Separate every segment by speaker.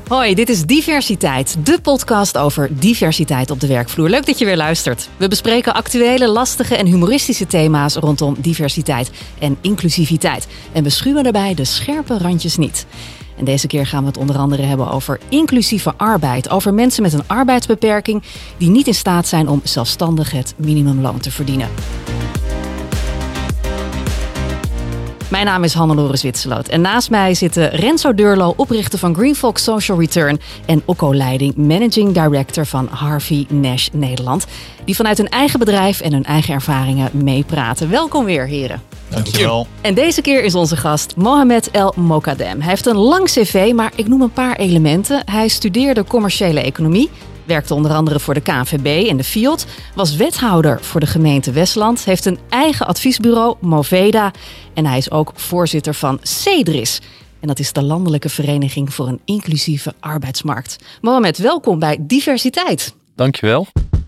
Speaker 1: Hoi, dit is Diversiteit, de podcast over diversiteit op de werkvloer. Leuk dat je weer luistert. We bespreken actuele, lastige en humoristische thema's rondom diversiteit en inclusiviteit. En we schuwen daarbij de scherpe randjes niet. En deze keer gaan we het onder andere hebben over inclusieve arbeid. Over mensen met een arbeidsbeperking die niet in staat zijn om zelfstandig het minimumloon te verdienen. Mijn naam is Hannelore Zwitserloot en naast mij zitten Renzo Deurlo, oprichter van GreenFox Social Return en Okko Leiding, Managing Director van Harvey Nash Nederland, die vanuit hun eigen bedrijf en hun eigen ervaringen meepraten. Welkom weer, heren.
Speaker 2: Dankjewel.
Speaker 1: En deze keer is onze gast Mohamed El Mokadem. Hij heeft een lang cv, maar ik noem een paar elementen. Hij studeerde commerciële economie, werkte onder andere voor de KNVB en de FIOD, was wethouder voor de gemeente Westland, heeft een eigen adviesbureau, Moveda, en hij is ook voorzitter van CEDRIS. En dat is de Landelijke Vereniging voor een Inclusieve Arbeidsmarkt. Mohamed, welkom bij Diversiteit.
Speaker 2: Dankjewel.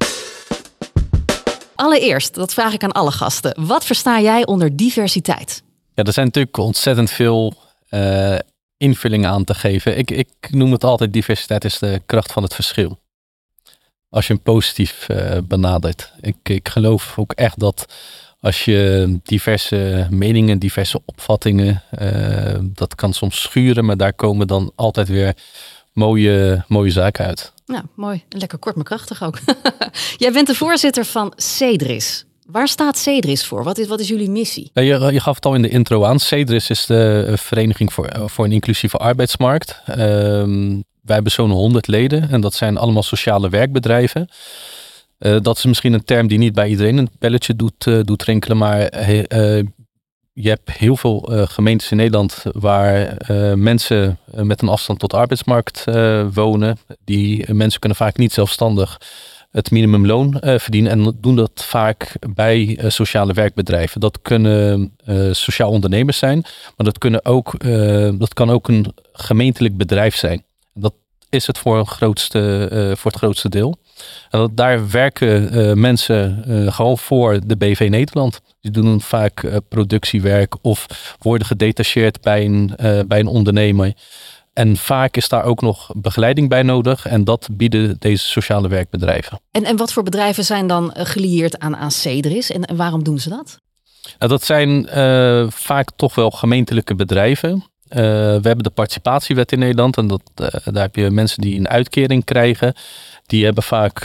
Speaker 1: Allereerst, dat vraag ik aan alle gasten. Wat versta jij onder diversiteit?
Speaker 2: Ja, er zijn natuurlijk ontzettend veel invullingen aan te geven. Ik noem het altijd, diversiteit is de kracht van het verschil. Als je hem positief benadert. Ik geloof ook echt dat als je diverse meningen, diverse opvattingen, dat kan soms schuren, maar daar komen dan altijd weer mooie zaken uit.
Speaker 1: Nou, mooi. Lekker kort maar krachtig ook. Jij bent de voorzitter van CEDRIS. Waar staat CEDRIS voor? Wat is jullie missie?
Speaker 2: Je gaf het al in de intro aan. CEDRIS is de Vereniging voor een Inclusieve Arbeidsmarkt. Wij hebben zo'n 100 leden en dat zijn allemaal sociale werkbedrijven. Dat is misschien een term die niet bij iedereen een belletje doet rinkelen, maar je hebt heel veel gemeentes in Nederland waar mensen met een afstand tot de arbeidsmarkt wonen. Die mensen kunnen vaak niet zelfstandig het minimumloon verdienen en doen dat vaak bij sociale werkbedrijven. Dat kunnen sociaal ondernemers zijn, maar dat kan ook een gemeentelijk bedrijf zijn. Dat is het voor het grootste deel. En daar werken mensen gewoon voor de BV Nederland. Die doen vaak productiewerk of worden gedetacheerd bij een ondernemer. En vaak is daar ook nog begeleiding bij nodig. En dat bieden deze sociale werkbedrijven.
Speaker 1: En wat voor bedrijven zijn dan gelieerd aan CEDRIS? En waarom doen ze dat?
Speaker 2: Dat zijn vaak toch wel gemeentelijke bedrijven. We hebben de participatiewet in Nederland. En daar heb je mensen die een uitkering krijgen. Die hebben vaak,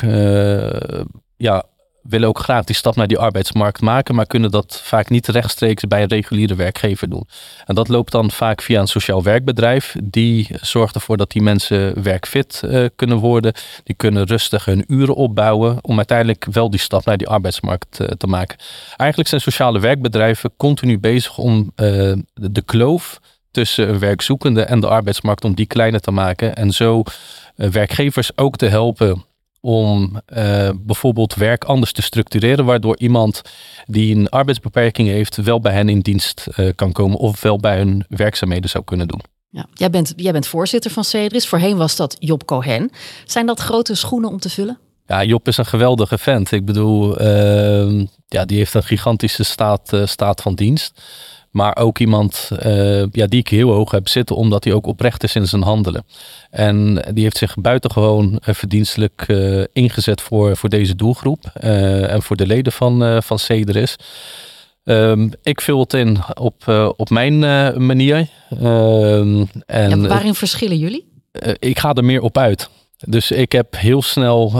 Speaker 2: willen ook graag die stap naar die arbeidsmarkt maken, maar kunnen dat vaak niet rechtstreeks bij een reguliere werkgever doen. En dat loopt dan vaak via een sociaal werkbedrijf. Die zorgt ervoor dat die mensen werkfit kunnen worden. Die kunnen rustig hun uren opbouwen om uiteindelijk wel die stap naar die arbeidsmarkt te maken. Eigenlijk zijn sociale werkbedrijven continu bezig om de kloof tussen een werkzoekende en de arbeidsmarkt, om die kleiner te maken. En zo werkgevers ook te helpen om bijvoorbeeld werk anders te structureren, waardoor iemand die een arbeidsbeperking heeft wel bij hen in dienst kan komen of wel bij hun werkzaamheden zou kunnen doen.
Speaker 1: Ja, jij bent voorzitter van CEDRIS. Voorheen was dat Job Cohen. Zijn dat grote schoenen om te vullen?
Speaker 2: Ja, Job is een geweldige vent. Ik bedoel, die heeft een gigantische staat van dienst. Maar ook iemand die ik heel hoog heb zitten, omdat hij ook oprecht is in zijn handelen. En die heeft zich buitengewoon verdienstelijk ingezet voor deze doelgroep. En voor de leden van CEDRIS. Ik vul het in op mijn manier.
Speaker 1: Waarin verschillen jullie?
Speaker 2: Ik ga er meer op uit. Dus ik heb heel snel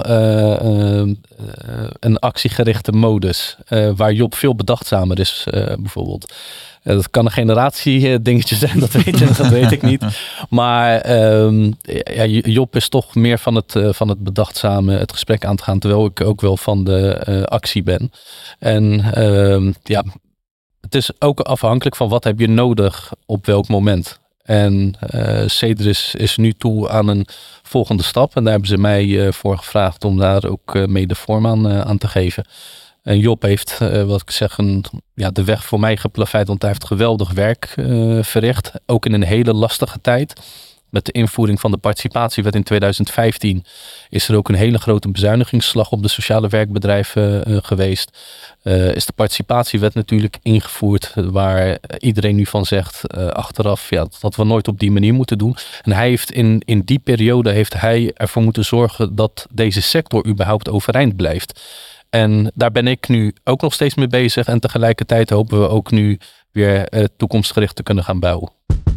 Speaker 2: een actiegerichte modus. Waar Job veel bedachtzamer is bijvoorbeeld. Dat kan een generatiedingetje zijn, dat weet ik niet. Maar Job is toch meer van het bedachtzame, het gesprek aan te gaan, terwijl ik ook wel van de actie ben. En het is ook afhankelijk van wat heb je nodig op welk moment. En CEDRIS is nu toe aan een volgende stap. En daar hebben ze mij voor gevraagd om daar ook mee de vorm aan te geven. En Job heeft, de weg voor mij geplaveid, want hij heeft geweldig werk verricht. Ook in een hele lastige tijd. Met de invoering van de participatiewet in 2015 is er ook een hele grote bezuinigingsslag op de sociale werkbedrijven geweest. Is de participatiewet natuurlijk ingevoerd, waar iedereen nu van zegt achteraf dat we nooit op die manier moeten doen. En hij heeft in die periode ervoor moeten zorgen dat deze sector überhaupt overeind blijft. En daar ben ik nu ook nog steeds mee bezig. En tegelijkertijd hopen we ook nu weer toekomstgericht te kunnen gaan bouwen.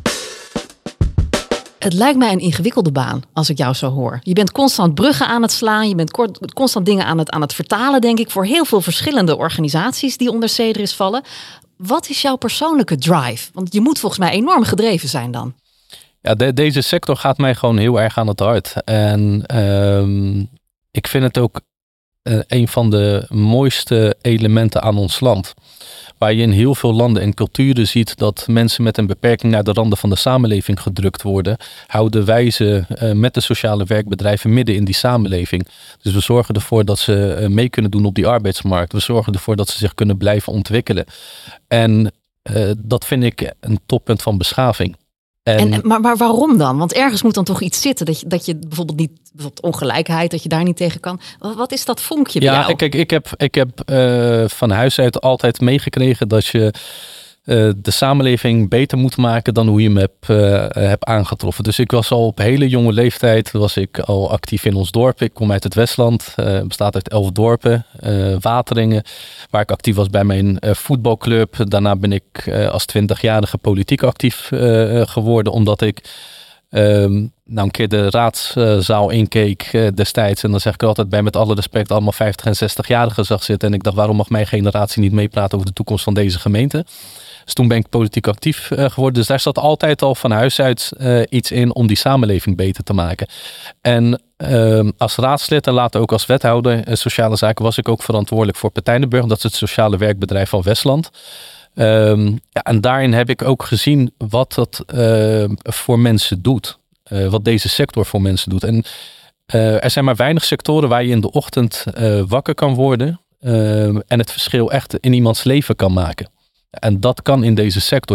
Speaker 1: Het lijkt mij een ingewikkelde baan als ik jou zo hoor. Je bent constant bruggen aan het slaan. Je bent constant dingen aan het vertalen, denk ik, voor heel veel verschillende organisaties die onder Cedris vallen. Wat is jouw persoonlijke drive? Want je moet volgens mij enorm gedreven zijn dan.
Speaker 2: Ja, deze sector gaat mij gewoon heel erg aan het hart. En ik vind het ook een van de mooiste elementen aan ons land. Waar je in heel veel landen en culturen ziet dat mensen met een beperking naar de randen van de samenleving gedrukt worden, houden wij ze met de sociale werkbedrijven midden in die samenleving. Dus we zorgen ervoor dat ze mee kunnen doen op die arbeidsmarkt. We zorgen ervoor dat ze zich kunnen blijven ontwikkelen. En dat vind ik een toppunt van beschaving.
Speaker 1: Maar waarom dan? Want ergens moet dan toch iets zitten dat je bijvoorbeeld ongelijkheid, dat je daar niet tegen kan. Wat is dat vonkje bij jou?
Speaker 2: Ja, kijk, ik heb van huis uit altijd meegekregen dat je de samenleving beter moet maken dan hoe je hem hebt aangetroffen. Dus ik was al op hele jonge leeftijd al actief in ons dorp. Ik kom uit het Westland, bestaat uit 11 dorpen, Wateringen, waar ik actief was bij mijn voetbalclub. Daarna ben ik als 20-jarige politiek actief geworden, omdat ik een keer de raadszaal inkeek destijds. En dan zeg ik er altijd bij, met alle respect, allemaal 50- en 60-jarigen zag zitten. En ik dacht, waarom mag mijn generatie niet meepraten over de toekomst van deze gemeente? Dus toen ben ik politiek actief geworden. Dus daar zat altijd al van huis uit iets in om die samenleving beter te maken. En als raadslid en later ook als wethouder sociale zaken was ik ook verantwoordelijk voor Partijnenburg. Dat is het sociale werkbedrijf van Westland. En daarin heb ik ook gezien wat dat voor mensen doet. Wat deze sector voor mensen doet. En er zijn maar weinig sectoren waar je in de ochtend wakker kan worden. En het verschil echt in iemands leven kan maken. En dat kan in deze sector.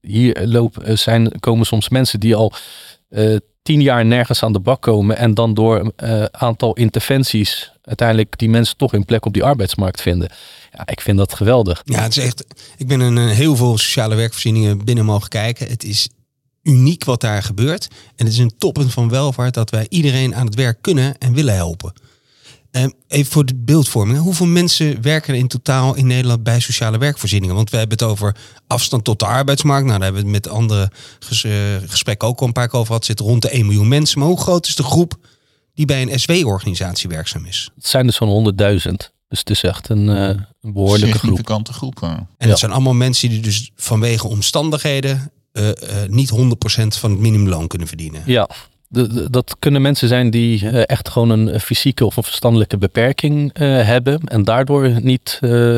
Speaker 2: Komen soms mensen die al 10 jaar nergens aan de bak komen. En dan door aantal interventies uiteindelijk die mensen toch een plek op die arbeidsmarkt vinden. Ja, ik vind dat geweldig.
Speaker 3: Ja, het is echt. Ik ben in heel veel sociale werkvoorzieningen binnen mogen kijken. Het is uniek wat daar gebeurt. En het is een toppunt van welvaart dat wij iedereen aan het werk kunnen en willen helpen. Even voor de beeldvorming. Hoeveel mensen werken er in totaal in Nederland bij sociale werkvoorzieningen? Want we hebben het over afstand tot de arbeidsmarkt. Nou, daar hebben we het met andere gesprekken ook al een paar keer over gehad. Zit rond de 1 miljoen mensen. Maar hoe groot is de groep die bij een SW-organisatie werkzaam is?
Speaker 2: Het zijn er zo'n 100.000. Dus het is echt een behoorlijke groep.
Speaker 4: Significante groep.
Speaker 3: En dat zijn allemaal mensen die dus vanwege omstandigheden niet 100% van het minimumloon kunnen verdienen.
Speaker 2: Ja, dat kunnen mensen zijn die echt gewoon een fysieke of een verstandelijke beperking hebben. En daardoor niet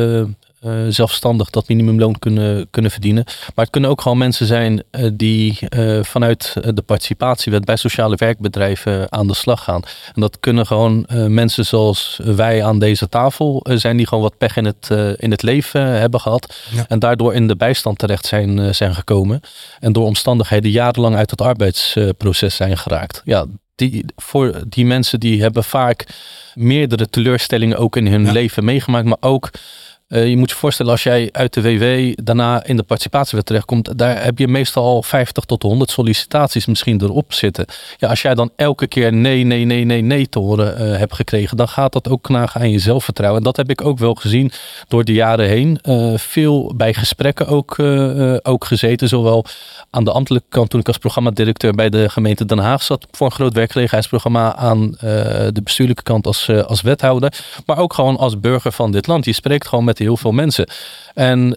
Speaker 2: zelfstandig dat minimumloon kunnen verdienen. Maar het kunnen ook gewoon mensen zijn die vanuit de participatiewet bij sociale werkbedrijven aan de slag gaan. En dat kunnen gewoon mensen zoals wij aan deze tafel zijn, die gewoon wat pech in het leven hebben gehad. Ja. En daardoor in de bijstand terecht zijn gekomen. En door omstandigheden jarenlang uit het arbeidsproces zijn geraakt. Ja, voor die mensen die hebben vaak meerdere teleurstellingen ook in hun leven meegemaakt, maar ook je moet je voorstellen, als jij uit de WW daarna in de participatiewet terechtkomt, daar heb je meestal al 50 tot 100 sollicitaties misschien erop zitten. Ja, als jij dan elke keer nee te horen hebt gekregen, dan gaat dat ook knagen aan je zelfvertrouwen. En dat heb ik ook wel gezien door de jaren heen. Veel bij gesprekken ook gezeten, zowel aan de ambtelijke kant toen ik als programmadirecteur bij de gemeente Den Haag zat voor een groot werkgelegenheidsprogramma, aan de bestuurlijke kant als wethouder, maar ook gewoon als burger van dit land. Je spreekt gewoon met heel veel mensen. En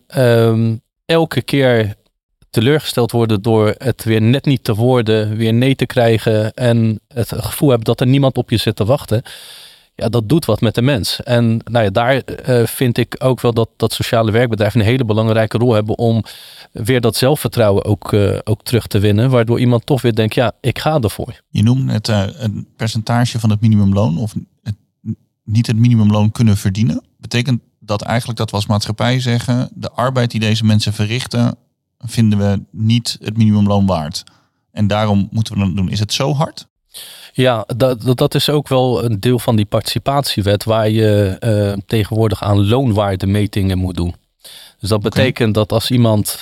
Speaker 2: elke keer teleurgesteld worden door het weer net niet te worden, weer nee te krijgen en het gevoel hebben dat er niemand op je zit te wachten. Ja, dat doet wat met de mens. En daar vind ik ook wel dat sociale werkbedrijven een hele belangrijke rol hebben om weer dat zelfvertrouwen ook terug te winnen. Waardoor iemand toch weer denkt, ja, ik ga ervoor.
Speaker 4: Je noemt het een percentage van het minimumloon of niet het minimumloon kunnen verdienen. Betekent dat eigenlijk dat we als maatschappij zeggen, de arbeid die deze mensen verrichten, vinden we niet het minimumloon waard. en daarom moeten we dat doen. Is het zo hard?
Speaker 2: Ja, dat is ook wel een deel van die participatiewet waar je tegenwoordig aan loonwaardemetingen moet doen. Dus dat betekent dat als iemand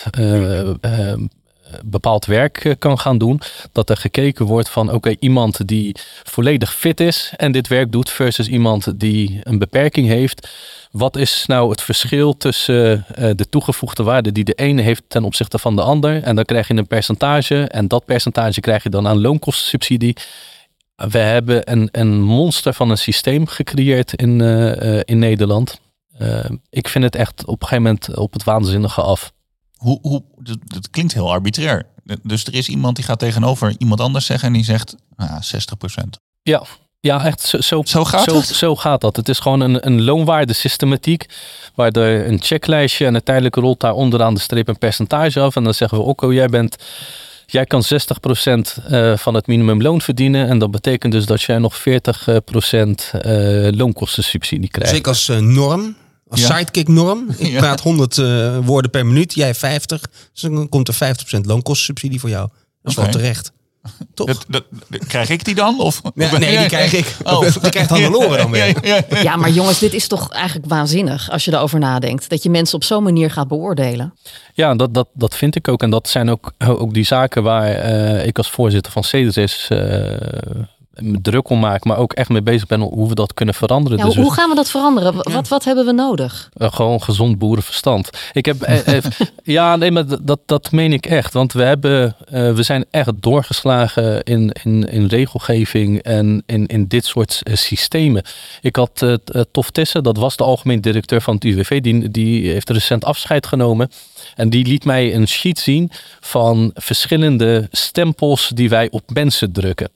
Speaker 2: bepaald werk kan gaan doen, dat er gekeken wordt van oké, iemand die volledig fit is en dit werk doet versus iemand die een beperking heeft. Wat is nou het verschil tussen de toegevoegde waarde die de ene heeft ten opzichte van de ander? En dan krijg je een percentage en dat percentage krijg je dan aan loonkostensubsidie. We hebben een monster van een systeem gecreëerd in Nederland. Ik vind het echt op een gegeven moment op het waanzinnige af.
Speaker 4: Dat klinkt heel arbitrair. Dus er is iemand die gaat tegenover iemand anders zeggen en die zegt 60%.
Speaker 2: Ja, echt zo gaat dat. Het is gewoon een loonwaardesystematiek waar er een checklijstje en uiteindelijk rolt daar onderaan de streep een percentage af. En dan zeggen we, Okko, jij kan 60% van het minimumloon verdienen. En dat betekent dus dat jij nog 40% loonkostensubsidie krijgt.
Speaker 3: Dus ik als norm, als sidekick norm. Ik praat 100 woorden per minuut, jij 50. Dus dan komt er 50% loonkostensubsidie voor jou. Dat is wel terecht. Toch?
Speaker 4: Krijg ik die dan? Of?
Speaker 3: Nee, die krijg ik. Die krijgt Hannelore dan weer.
Speaker 1: Ja, maar jongens, dit is toch eigenlijk waanzinnig als je erover nadenkt. Dat je mensen op zo'n manier gaat beoordelen.
Speaker 2: Ja, dat vind ik ook. En dat zijn ook die zaken waar ik als voorzitter van CEDRIS me druk om maak, maar ook echt mee bezig ben hoe we dat kunnen veranderen.
Speaker 1: Ja,
Speaker 2: dus
Speaker 1: hoe gaan we dat veranderen? Wat hebben we nodig?
Speaker 2: Gewoon gezond boerenverstand. Ik heb maar dat meen ik echt. Want we zijn echt doorgeslagen in regelgeving en in dit soort systemen. Ik had Tof Tissen, dat was de algemeen directeur van het UWV, die heeft recent afscheid genomen. En die liet mij een sheet zien van verschillende stempels die wij op mensen drukken.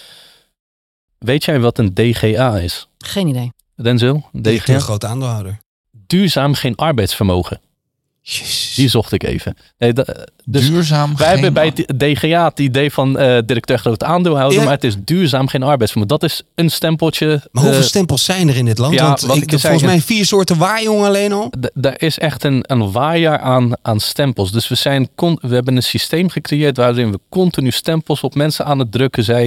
Speaker 2: Weet jij wat een DGA is?
Speaker 1: Geen idee.
Speaker 2: Denzel?
Speaker 3: DGA? Een grote aandeelhouder.
Speaker 2: Duurzaam geen arbeidsvermogen.
Speaker 3: Jezus.
Speaker 2: Die zocht ik even. Nee, dus
Speaker 4: duurzaam
Speaker 2: wij hebben bij het DGA het idee van directeur grote aandeelhouder, maar het is duurzaam geen arbeidsvermogen. Dat is een stempeltje.
Speaker 3: Maar hoeveel stempels zijn er in dit land?
Speaker 2: Ja,
Speaker 3: want volgens mij 4 soorten waaijong alleen al.
Speaker 2: Daar is echt een waaier aan stempels. Dus we hebben een systeem gecreëerd waarin we continu stempels op mensen aan het drukken zijn.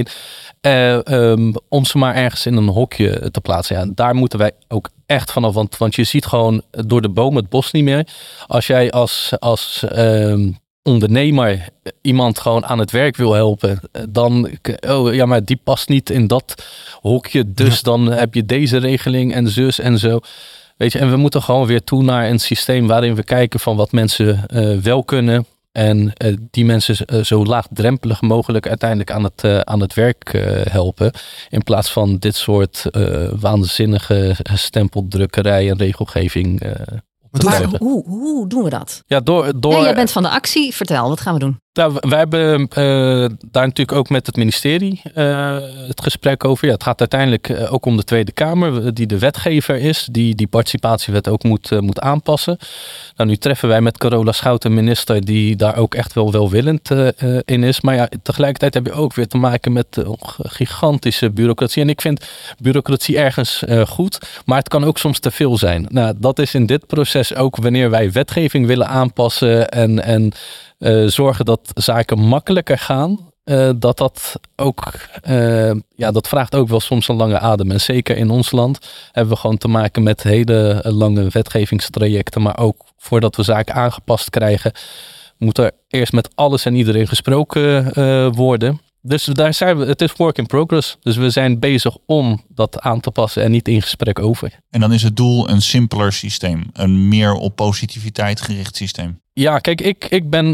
Speaker 2: Om ze maar ergens in een hokje te plaatsen. Ja, daar moeten wij ook echt vanaf. Want je ziet gewoon door de boom het bos niet meer. Als jij als ondernemer iemand gewoon aan het werk wil helpen, dan, maar die past niet in dat hokje. Dus dan heb je deze regeling en zus en zo. Weet je, en we moeten gewoon weer toe naar een systeem waarin we kijken van wat mensen wel kunnen. En die mensen zo laagdrempelig mogelijk uiteindelijk aan het werk helpen. In plaats van dit soort waanzinnige stempeldrukkerij en regelgeving.
Speaker 1: Maar hoe doen we dat?
Speaker 2: Ja, door
Speaker 1: jij bent van de actie. Vertel, wat gaan we doen?
Speaker 2: Nou, wij hebben daar natuurlijk ook met het ministerie het gesprek over. Ja, het gaat uiteindelijk ook om de Tweede Kamer, die de wetgever is, die participatiewet ook moet aanpassen. Nou, nu treffen wij met Carola Schout een minister die daar ook echt wel welwillend in is. Maar ja, tegelijkertijd heb je ook weer te maken met gigantische bureaucratie. En ik vind bureaucratie ergens goed, maar het kan ook soms te veel zijn. Nou, dat is in dit proces ook wanneer wij wetgeving willen aanpassen en zorgen dat zaken makkelijker gaan. Dat ook, dat vraagt ook wel soms een lange adem. En zeker in ons land hebben we gewoon te maken met hele lange wetgevingstrajecten. Maar ook voordat we zaken aangepast krijgen, moet er eerst met alles en iedereen gesproken worden. Dus daar zijn we, het is work in progress. Dus we zijn bezig om dat aan te passen en niet in gesprek over.
Speaker 4: En dan is het doel een simpeler systeem. Een meer op positiviteit gericht systeem.
Speaker 2: Ja, kijk, ik ben,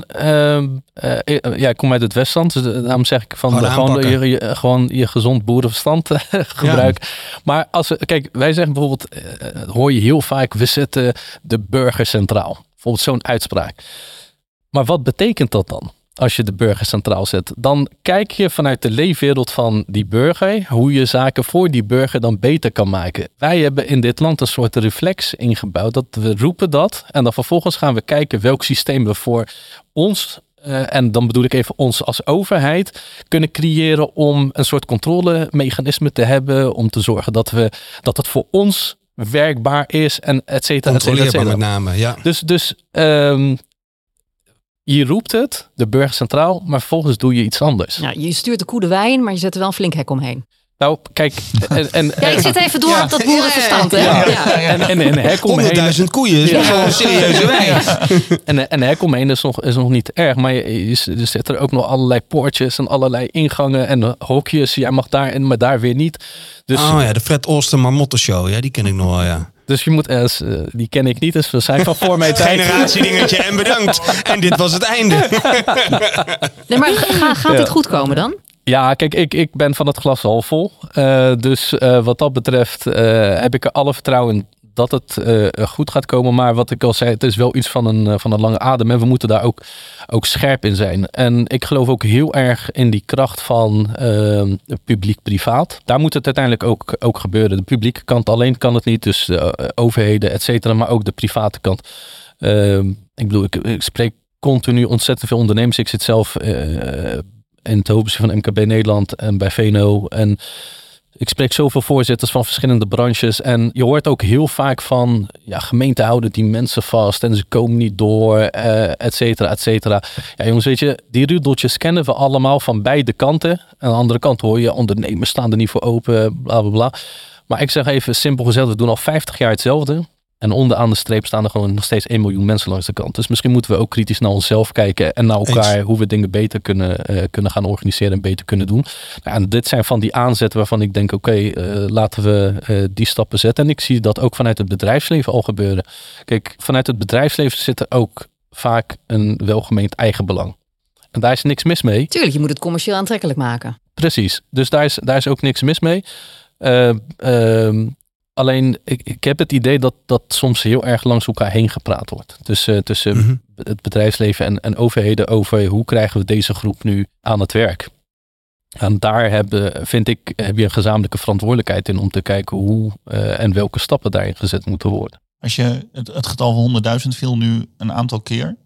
Speaker 2: ik kom uit het Westland, dus daarom zeg ik van gewoon je gezond boerenverstand gebruiken. Ja. Maar wij zeggen bijvoorbeeld, hoor je heel vaak, we zetten de burger centraal. Bijvoorbeeld zo'n uitspraak. Maar wat betekent dat dan? Als je de burger centraal zet, dan kijk je vanuit de leefwereld van die burger hoe je zaken voor die burger dan beter kan maken. Wij hebben in dit land een soort reflex ingebouwd dat we roepen dat en dan vervolgens gaan we kijken welk systeem we voor ons, en dan bedoel ik even ons als overheid, kunnen creëren om een soort controlemechanisme te hebben, om te zorgen dat het voor ons werkbaar is en et cetera.
Speaker 3: Controleerbaar met name, ja.
Speaker 2: Dus Je roept het, de burger centraal, maar vervolgens doe je iets anders.
Speaker 1: Ja, je stuurt de koe de wei in, maar je zet er wel een flink hek omheen.
Speaker 2: Nou, kijk.
Speaker 1: Ja, ik zit even door op dat boerenverstand. Hè? Ja.
Speaker 2: En een hek omheen.
Speaker 3: 100.000 koeien is best wel een serieuze wei.
Speaker 2: En een hek omheen is nog niet erg. Maar er zitten er ook nog allerlei poortjes en allerlei ingangen en hokjes. Jij mag daar en maar daar weer niet. Dus,
Speaker 3: de Fred Olsten Marmotten Show. Ja, die ken ik nog wel, ja.
Speaker 2: Dus je moet die ken ik niet, dus we zijn van voor mijn tijd.
Speaker 3: Generatiedingetje en bedankt. En dit was het einde.
Speaker 1: Nee, maar gaat dit goed komen dan?
Speaker 2: Ja, kijk, ik ben van het glas half vol. Dus wat dat betreft heb ik er alle vertrouwen in dat het goed gaat komen. Maar wat ik al zei, het is wel iets van een lange adem. En we moeten daar ook scherp in zijn. En ik geloof ook heel erg in die kracht van publiek-privaat. Daar moet het uiteindelijk ook gebeuren. De publieke kant alleen kan het niet. Dus overheden, et cetera. Maar ook de private kant. Ik bedoel, ik spreek continu ontzettend veel ondernemers. Ik zit zelf in het hoofdbestuur van MKB Nederland en bij VNO. En ik spreek zoveel voorzitters van verschillende branches. En je hoort ook heel vaak van gemeenten houden die mensen vast en ze komen niet door, et cetera, et cetera. Ja, jongens, weet je, die rudeltjes kennen we allemaal van beide kanten. En aan de andere kant hoor je, ondernemers staan er niet voor open, bla bla bla. Maar ik zeg even simpel gezegd, we doen al 50 jaar hetzelfde. En onderaan de streep staan er gewoon nog steeds 1 miljoen mensen langs de kant. Dus misschien moeten we ook kritisch naar onszelf kijken en naar elkaar. Hoe we dingen beter kunnen gaan organiseren en beter kunnen doen. Nou, en dit zijn van die aanzetten waarvan ik denk, oké, laten we die stappen zetten. En ik zie dat ook vanuit het bedrijfsleven al gebeuren. Kijk, vanuit het bedrijfsleven zit er ook vaak een welgemeend eigenbelang. En daar is niks mis mee.
Speaker 1: Tuurlijk, je moet het commercieel aantrekkelijk maken.
Speaker 2: Precies, dus daar is ook niks mis mee. Alleen, ik heb het idee dat soms heel erg langs elkaar heen gepraat wordt. Tussen het bedrijfsleven en overheden over hoe krijgen we deze groep nu aan het werk. En daar heb je een gezamenlijke verantwoordelijkheid in om te kijken hoe en welke stappen daarin gezet moeten worden.
Speaker 4: Als je het getal van 100.000 viel nu een aantal keer.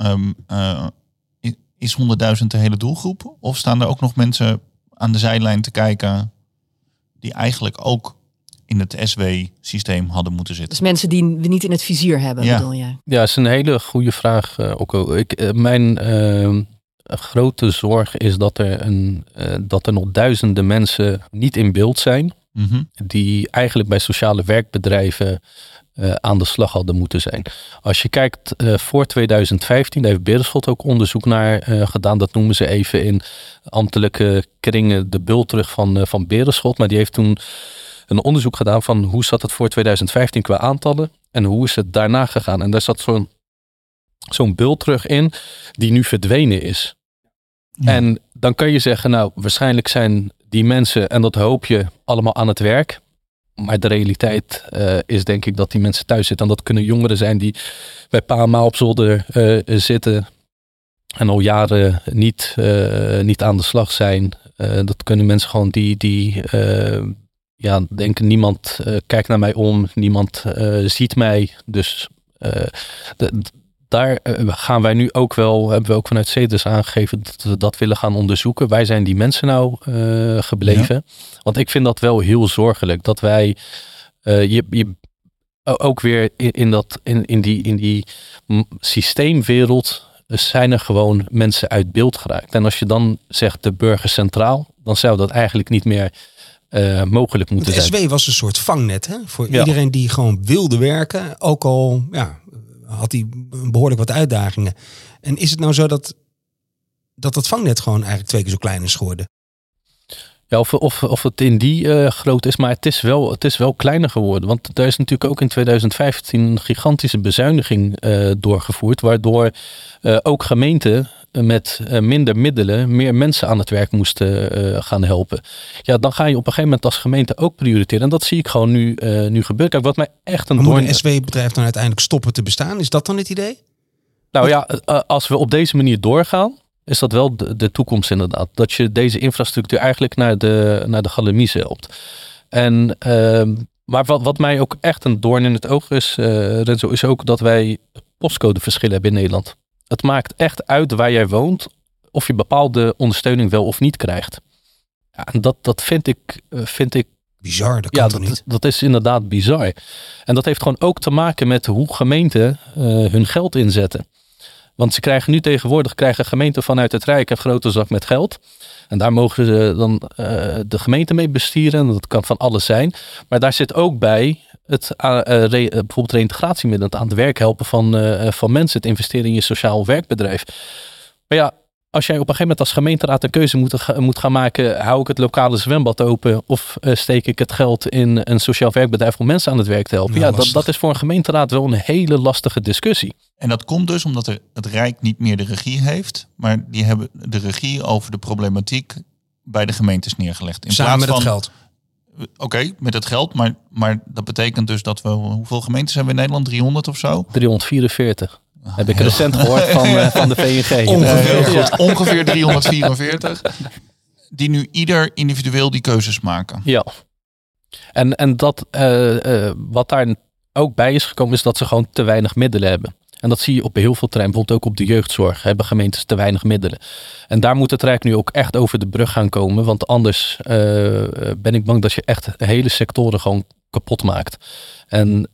Speaker 4: Is 100.000 de hele doelgroep? Of staan er ook nog mensen aan de zijlijn te kijken die eigenlijk ook in het SW-systeem hadden moeten zitten?
Speaker 1: Dus mensen die we niet in het vizier hebben, bedoel jij?
Speaker 2: Ja, dat is een hele goede vraag. Mijn grote zorg is dat er nog duizenden mensen niet in beeld zijn. Mm-hmm. Die eigenlijk bij sociale werkbedrijven aan de slag hadden moeten zijn. Als je kijkt voor 2015, daar heeft Berenschot ook onderzoek naar gedaan. Dat noemen ze even in ambtelijke kringen de bultrug van Berenschot. Maar die heeft toen een onderzoek gedaan van hoe zat het voor 2015 qua aantallen en hoe is het daarna gegaan. En daar zat zo'n bultrug in die nu verdwenen is. Ja. En dan kan je zeggen, nou, waarschijnlijk zijn die mensen, en dat hoop je, allemaal aan het werk. Maar de realiteit is denk ik dat die mensen thuis zitten. En dat kunnen jongeren zijn die bij pa en ma op zolder zitten en al jaren niet aan de slag zijn. Dat kunnen mensen gewoon die denken, niemand kijkt naar mij om, niemand ziet mij. Dus daar gaan wij nu ook wel, hebben we ook vanuit CEDES aangegeven dat we dat willen gaan onderzoeken. Wij zijn die mensen nou gebleven. Ja. Want ik vind dat wel heel zorgelijk. Dat wij ook weer in die systeemwereld zijn er gewoon mensen uit beeld geraakt. En als je dan zegt de burger centraal, dan zou dat eigenlijk niet meer mogelijk moeten zijn.
Speaker 3: De SW was een soort vangnet voor iedereen die gewoon wilde werken. Ook al had hij behoorlijk wat uitdagingen. En is het nou zo dat vangnet gewoon eigenlijk 2 keer zo klein is geworden?
Speaker 2: Ja, of het in die grootte is, maar het is wel kleiner geworden. Want daar is natuurlijk ook in 2015 een gigantische bezuiniging doorgevoerd, waardoor ook gemeenten met minder middelen meer mensen aan het werk moesten gaan helpen. Ja, dan ga je op een gegeven moment als gemeente ook prioriteren. En dat zie ik gewoon nu gebeuren. Kijk, wat mij echt een
Speaker 3: moet een SW-bedrijf dan uiteindelijk stoppen te bestaan? Is dat dan het idee?
Speaker 2: Nou ja, als we op deze manier doorgaan, is dat wel de toekomst inderdaad. Dat je deze infrastructuur eigenlijk naar de galamise helpt. En maar wat mij ook echt een doorn in het oog is, Renzo, is ook dat wij postcodeverschillen hebben in Nederland. Het maakt echt uit waar jij woont, of je bepaalde ondersteuning wel of niet krijgt. Ja, en dat vind ik
Speaker 3: bizar, dat kan toch niet?
Speaker 2: Dat is inderdaad bizar. En dat heeft gewoon ook te maken met hoe gemeenten hun geld inzetten. Want ze krijgen nu tegenwoordig gemeenten vanuit het Rijk een grote zak met geld. En daar mogen ze dan de gemeente mee besturen. Dat kan van alles zijn. Maar daar zit ook bij bijvoorbeeld reïntegratiemiddelen, het aan het werk helpen van mensen, het investeren in je sociaal werkbedrijf. Maar ja, als jij op een gegeven moment als gemeenteraad een keuze moet gaan maken, hou ik het lokale zwembad open of steek ik het geld in een sociaal werkbedrijf om mensen aan het werk te helpen? Ja, dat is voor een gemeenteraad wel een hele lastige discussie.
Speaker 4: En dat komt dus omdat het Rijk niet meer de regie heeft, maar die hebben de regie over de problematiek bij de gemeentes neergelegd.
Speaker 3: Samen met het geld.
Speaker 4: Oké, met het geld, maar dat betekent dus dat hoeveel gemeentes hebben we in Nederland? 300 of zo?
Speaker 2: 344. Heb ik recent gehoord van de VNG.
Speaker 4: Ongeveer 344. Die nu ieder individueel die keuzes maken.
Speaker 2: Ja. En dat wat daar ook bij is gekomen is dat ze gewoon te weinig middelen hebben. En dat zie je op heel veel terreinen. Bijvoorbeeld ook op de jeugdzorg hebben gemeentes te weinig middelen. En daar moet het Rijk nu ook echt over de brug gaan komen. Want anders ben ik bang dat je echt hele sectoren gewoon kapot maakt. En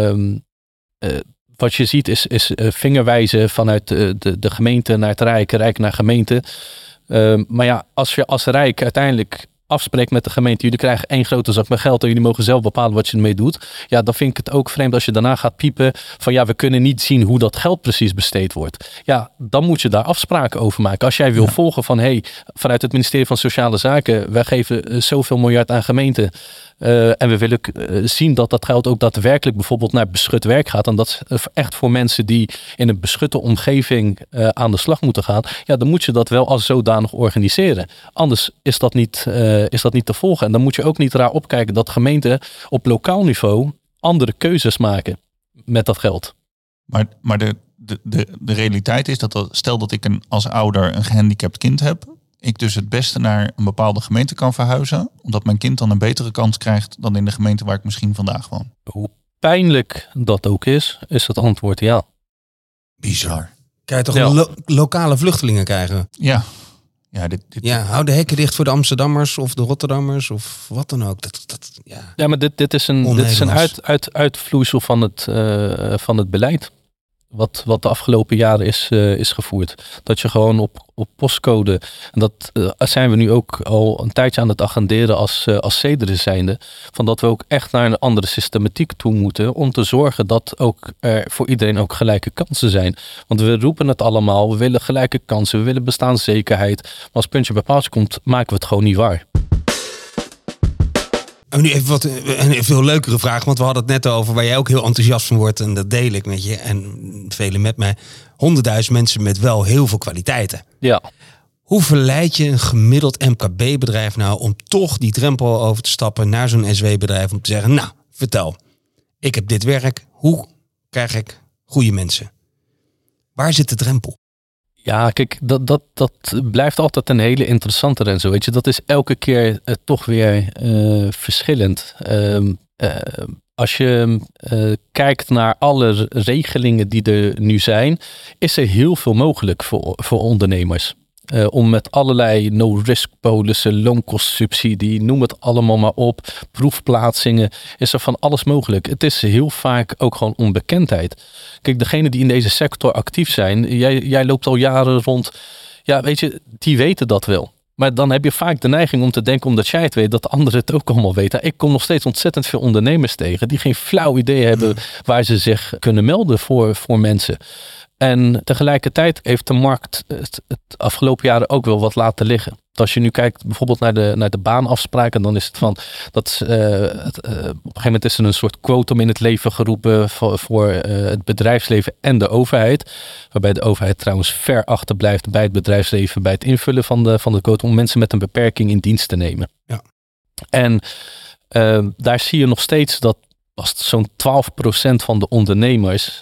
Speaker 2: wat je ziet is vingerwijzen vanuit de gemeente naar het Rijk, Rijk naar gemeente. Maar ja, als je als Rijk uiteindelijk afspreekt met de gemeente, jullie krijgen 1 grote zak met geld en jullie mogen zelf bepalen wat je ermee doet. Ja, dan vind ik het ook vreemd als je daarna gaat piepen van ja, we kunnen niet zien hoe dat geld precies besteed wordt. Ja, dan moet je daar afspraken over maken. Als jij wil volgen van vanuit het ministerie van Sociale Zaken, wij geven zoveel miljard aan gemeenten. En we willen zien dat dat geld ook daadwerkelijk bijvoorbeeld naar beschut werk gaat. En dat is echt voor mensen die in een beschutte omgeving aan de slag moeten gaan. Ja, dan moet je dat wel als zodanig organiseren. Anders is dat niet te volgen. En dan moet je ook niet raar opkijken dat gemeenten op lokaal niveau andere keuzes maken met dat geld.
Speaker 4: Maar de realiteit is dat stel dat ik als ouder een gehandicapt kind heb, ik dus het beste naar een bepaalde gemeente kan verhuizen, omdat mijn kind dan een betere kans krijgt dan in de gemeente waar ik misschien vandaag woon.
Speaker 2: Hoe pijnlijk dat ook is het antwoord ja.
Speaker 3: Bizar. Kan je toch lokale vluchtelingen krijgen?
Speaker 4: Ja.
Speaker 3: Ja, hou de hekken dicht voor de Amsterdammers of de Rotterdammers of wat dan ook.
Speaker 2: Ja, maar dit is een uitvloeisel van het beleid. Wat de afgelopen jaren is gevoerd. Dat je gewoon op postcode, en dat zijn we nu ook al een tijdje aan het agenderen als Cedris zijnde, van dat we ook echt naar een andere systematiek toe moeten om te zorgen dat ook er voor iedereen ook gelijke kansen zijn. Want we roepen het allemaal, we willen gelijke kansen, we willen bestaanszekerheid. Maar als puntje bij paaltje komt, maken we het gewoon niet waar.
Speaker 3: En nu even een veel leukere vraag, want we hadden het net over waar jij ook heel enthousiast van wordt en dat deel ik met je en velen met mij. 100.000 mensen met wel heel veel kwaliteiten.
Speaker 2: Ja.
Speaker 3: Hoe verleid je een gemiddeld MKB-bedrijf nou om toch die drempel over te stappen naar zo'n SW-bedrijf om te zeggen, nou, vertel, ik heb dit werk, hoe krijg ik goede mensen? Waar zit de drempel?
Speaker 2: Ja, kijk, dat blijft altijd een hele interessante en zo. Weet je, dat is elke keer toch weer verschillend. Als je kijkt naar alle regelingen die er nu zijn, is er heel veel mogelijk voor ondernemers. Om met allerlei no-risk polissen, loonkostsubsidie, noem het allemaal maar op, proefplaatsingen, is er van alles mogelijk. Het is heel vaak ook gewoon onbekendheid. Kijk, degenen die in deze sector actief zijn, jij loopt al jaren rond, ja, weet je, die weten dat wel. Maar dan heb je vaak de neiging om te denken, omdat jij het weet, dat de anderen het ook allemaal weten. Ik kom nog steeds ontzettend veel ondernemers tegen die geen flauw idee hebben waar ze zich kunnen melden voor mensen. En tegelijkertijd heeft de markt het afgelopen jaren ook wel wat laten liggen. Als je nu kijkt bijvoorbeeld naar de baanafspraken, dan is het van dat op een gegeven moment is er een soort quotum in het leven geroepen voor het bedrijfsleven en de overheid. Waarbij de overheid trouwens ver achterblijft bij het bedrijfsleven bij het invullen van de quotum om mensen met een beperking in dienst te nemen. Ja. En daar zie je nog steeds dat zo'n 12% van de ondernemers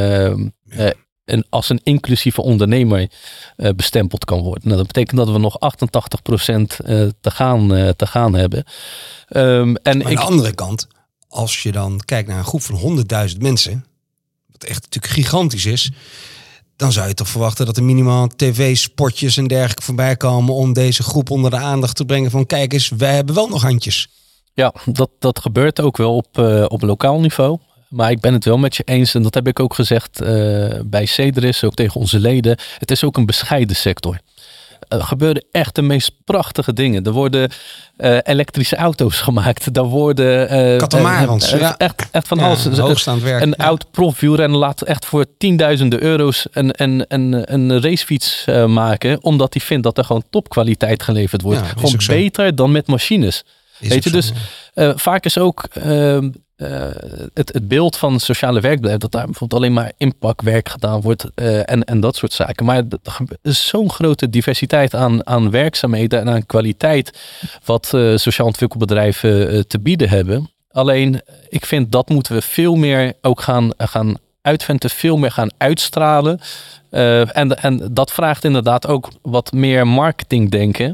Speaker 2: als een inclusieve ondernemer bestempeld kan worden. Nou, dat betekent dat we nog 88% te gaan hebben.
Speaker 3: Maar aan de andere kant, als je dan kijkt naar een groep van 100.000 mensen, wat echt natuurlijk gigantisch is, dan zou je toch verwachten dat er minimaal tv-spotjes en dergelijke voorbij komen om deze groep onder de aandacht te brengen van kijk eens, wij hebben wel nog handjes.
Speaker 2: Ja, dat gebeurt ook wel op lokaal niveau. Maar ik ben het wel met je eens. En dat heb ik ook gezegd bij Cedris, ook tegen onze leden. Het is ook een bescheiden sector. Er gebeuren echt de meest prachtige dingen. Er worden elektrische auto's gemaakt. Daar worden...
Speaker 3: Katamarans.
Speaker 2: Echt van alles.
Speaker 3: Hoogstaand werk.
Speaker 2: Een oud profwielrenner laat echt voor tienduizenden euro's een racefiets maken. Omdat hij vindt dat er gewoon topkwaliteit geleverd wordt. Gewoon beter dan met machines. Weet je, dus vaak is ook het beeld van sociale werkbedrijf dat daar bijvoorbeeld alleen maar inpakwerk gedaan wordt en dat soort zaken. Maar er is zo'n grote diversiteit aan werkzaamheden en aan kwaliteit wat sociaal ontwikkelbedrijven te bieden hebben. Alleen, ik vind dat moeten we veel meer ook gaan uitventen, veel meer gaan uitstralen. En dat vraagt inderdaad ook wat meer marketingdenken.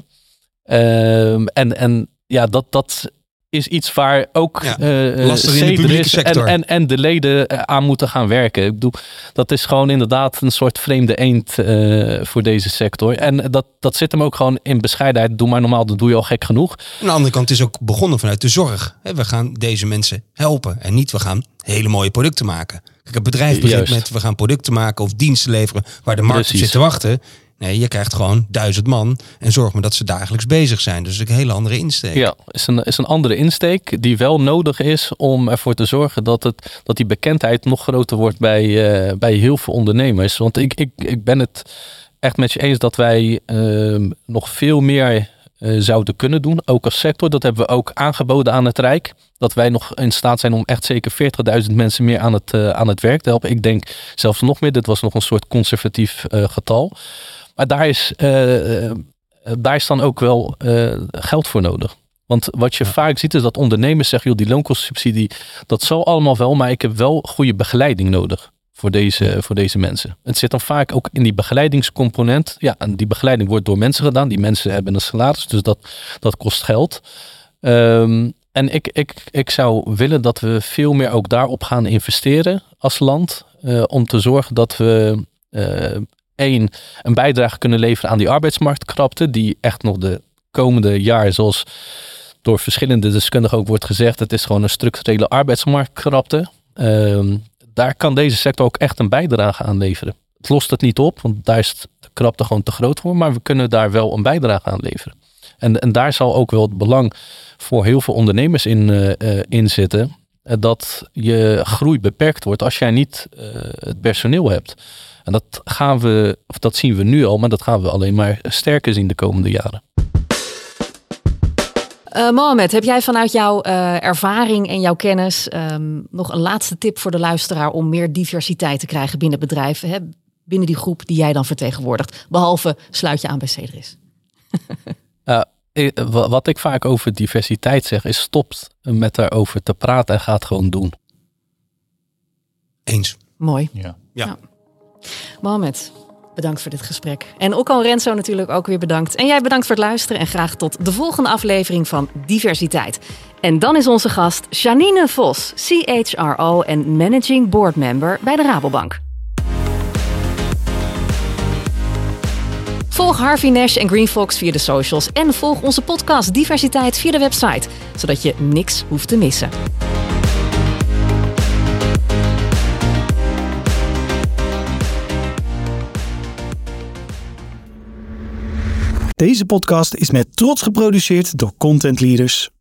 Speaker 2: Ja, dat is iets waar ook Cedris en de leden aan moeten gaan werken. Ik bedoel, dat is gewoon inderdaad een soort vreemde eend voor deze sector. En dat zit hem ook gewoon in bescheidenheid. Doe maar normaal, dat doe je al gek genoeg.
Speaker 3: Aan de andere kant is ook begonnen vanuit de zorg. We gaan deze mensen helpen. En niet, we gaan hele mooie producten maken. Kijk, het bedrijf begint met, we gaan producten maken of diensten leveren waar de markt op zit te wachten. Nee, je krijgt gewoon 1000 man en zorg maar dat ze dagelijks bezig zijn. Dus een hele andere insteek. Ja,
Speaker 2: is een andere insteek die wel nodig is om ervoor te zorgen dat die bekendheid nog groter wordt bij heel veel ondernemers. Want ik ben het echt met je eens dat wij nog veel meer zouden kunnen doen. Ook als sector. Dat hebben we ook aangeboden aan het Rijk. Dat wij nog in staat zijn om echt zeker 40.000 mensen meer aan het werk te helpen. Ik denk zelfs nog meer. Dit was nog een soort conservatief getal. Maar daar is dan ook wel geld voor nodig. Want wat je vaak ziet is dat ondernemers zeggen, joh, die loonkostensubsidie, dat zal allemaal wel, maar ik heb wel goede begeleiding nodig voor deze mensen. Het zit dan vaak ook in die begeleidingscomponent. Ja, en die begeleiding wordt door mensen gedaan. Die mensen hebben een salaris, dus dat kost geld. En ik zou willen dat we veel meer ook daarop gaan investeren als land. Om te zorgen dat we een bijdrage kunnen leveren aan die arbeidsmarktkrapte. Die echt nog de komende jaar, zoals door verschillende deskundigen ook wordt gezegd. Het is gewoon een structurele arbeidsmarktkrapte. Daar kan deze sector ook echt een bijdrage aan leveren. Het lost het niet op, want daar is de krapte gewoon te groot voor. Maar we kunnen daar wel een bijdrage aan leveren. En daar zal ook wel het belang voor heel veel ondernemers in zitten. Dat je groei beperkt wordt als jij niet het personeel hebt. En dat zien we nu al, maar dat gaan we alleen maar sterker zien de komende jaren.
Speaker 1: Mohamed, heb jij vanuit jouw ervaring en jouw kennis nog een laatste tip voor de luisteraar om meer diversiteit te krijgen binnen bedrijven, hè? Binnen die groep die jij dan vertegenwoordigt? Behalve sluit je aan bij Cedris.
Speaker 2: Wat ik vaak over diversiteit zeg is stopt met daarover te praten en ga het gewoon doen.
Speaker 3: Eens.
Speaker 1: Mooi.
Speaker 3: Ja.
Speaker 1: Mohamed, bedankt voor dit gesprek. En ook al Renzo natuurlijk ook weer bedankt. En jij bedankt voor het luisteren en graag tot de volgende aflevering van Diversiteit. En dan is onze gast Janine Vos, CHRO en Managing Board Member bij de Rabobank. Volg Harvey Nash en GreenFox via de socials en volg onze podcast Diversiteit via de website, zodat je niks hoeft te missen.
Speaker 5: Deze podcast is met trots geproduceerd door Content Leaders.